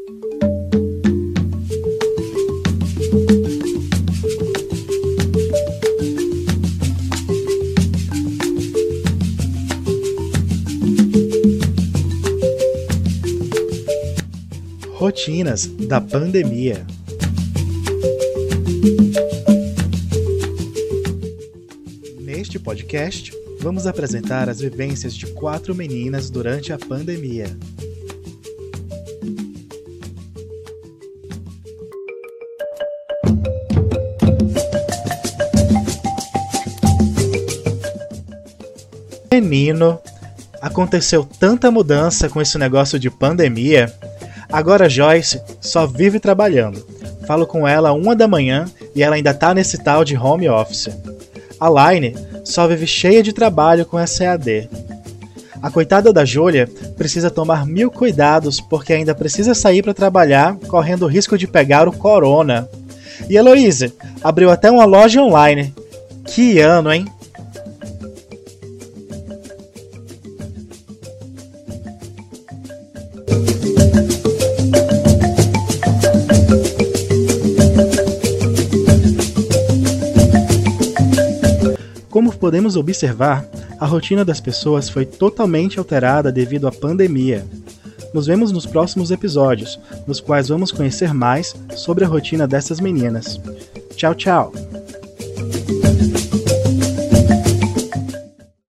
Rotinas da pandemia. Neste podcast, vamos apresentar as vivências de 4 meninas durante a pandemia. Menino, aconteceu tanta mudança com esse negócio de pandemia. Agora Joyce só vive trabalhando. Falo com ela 1 da manhã e ela ainda tá nesse tal de home office. A Laine só vive cheia de trabalho com essa EAD. A coitada da Júlia precisa tomar 1000 cuidados porque ainda precisa sair para trabalhar, correndo o risco de pegar o corona. E Heloísa abriu até uma loja online. Que ano, hein? Como podemos observar, a rotina das pessoas foi totalmente alterada devido à pandemia. Nos vemos nos próximos episódios, nos quais vamos conhecer mais sobre a rotina dessas meninas. Tchau, tchau!